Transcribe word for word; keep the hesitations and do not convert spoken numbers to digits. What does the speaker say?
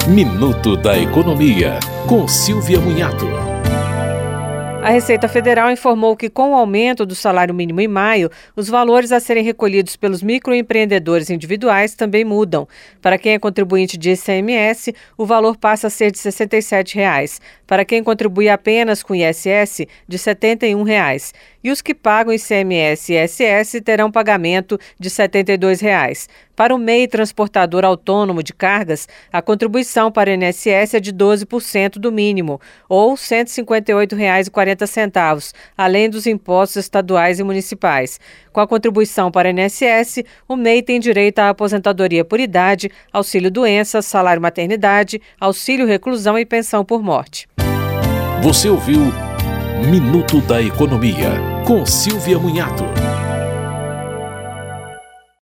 Minuto da Economia, com Silvia Munhato. A Receita Federal informou que, com o aumento do salário mínimo em maio, os valores a serem recolhidos pelos microempreendedores individuais também mudam. Para quem é contribuinte de I C M S, o valor passa a ser de sessenta e sete reais. Para quem contribui apenas com I S S, de setenta e um reais. E os que pagam I C M S e I S S terão pagamento de setenta e dois reais. Para o M E I transportador autônomo de cargas, a contribuição para o I N S S é de doze por cento do mínimo, ou cento e cinquenta e oito reais e quarenta centavos, além dos impostos estaduais e municipais. Com a contribuição para o I N S S, o M E I tem direito à aposentadoria por idade, auxílio-doença, salário-maternidade, auxílio-reclusão e pensão por morte. Você ouviu Minuto da Economia, com Silvia Munhato.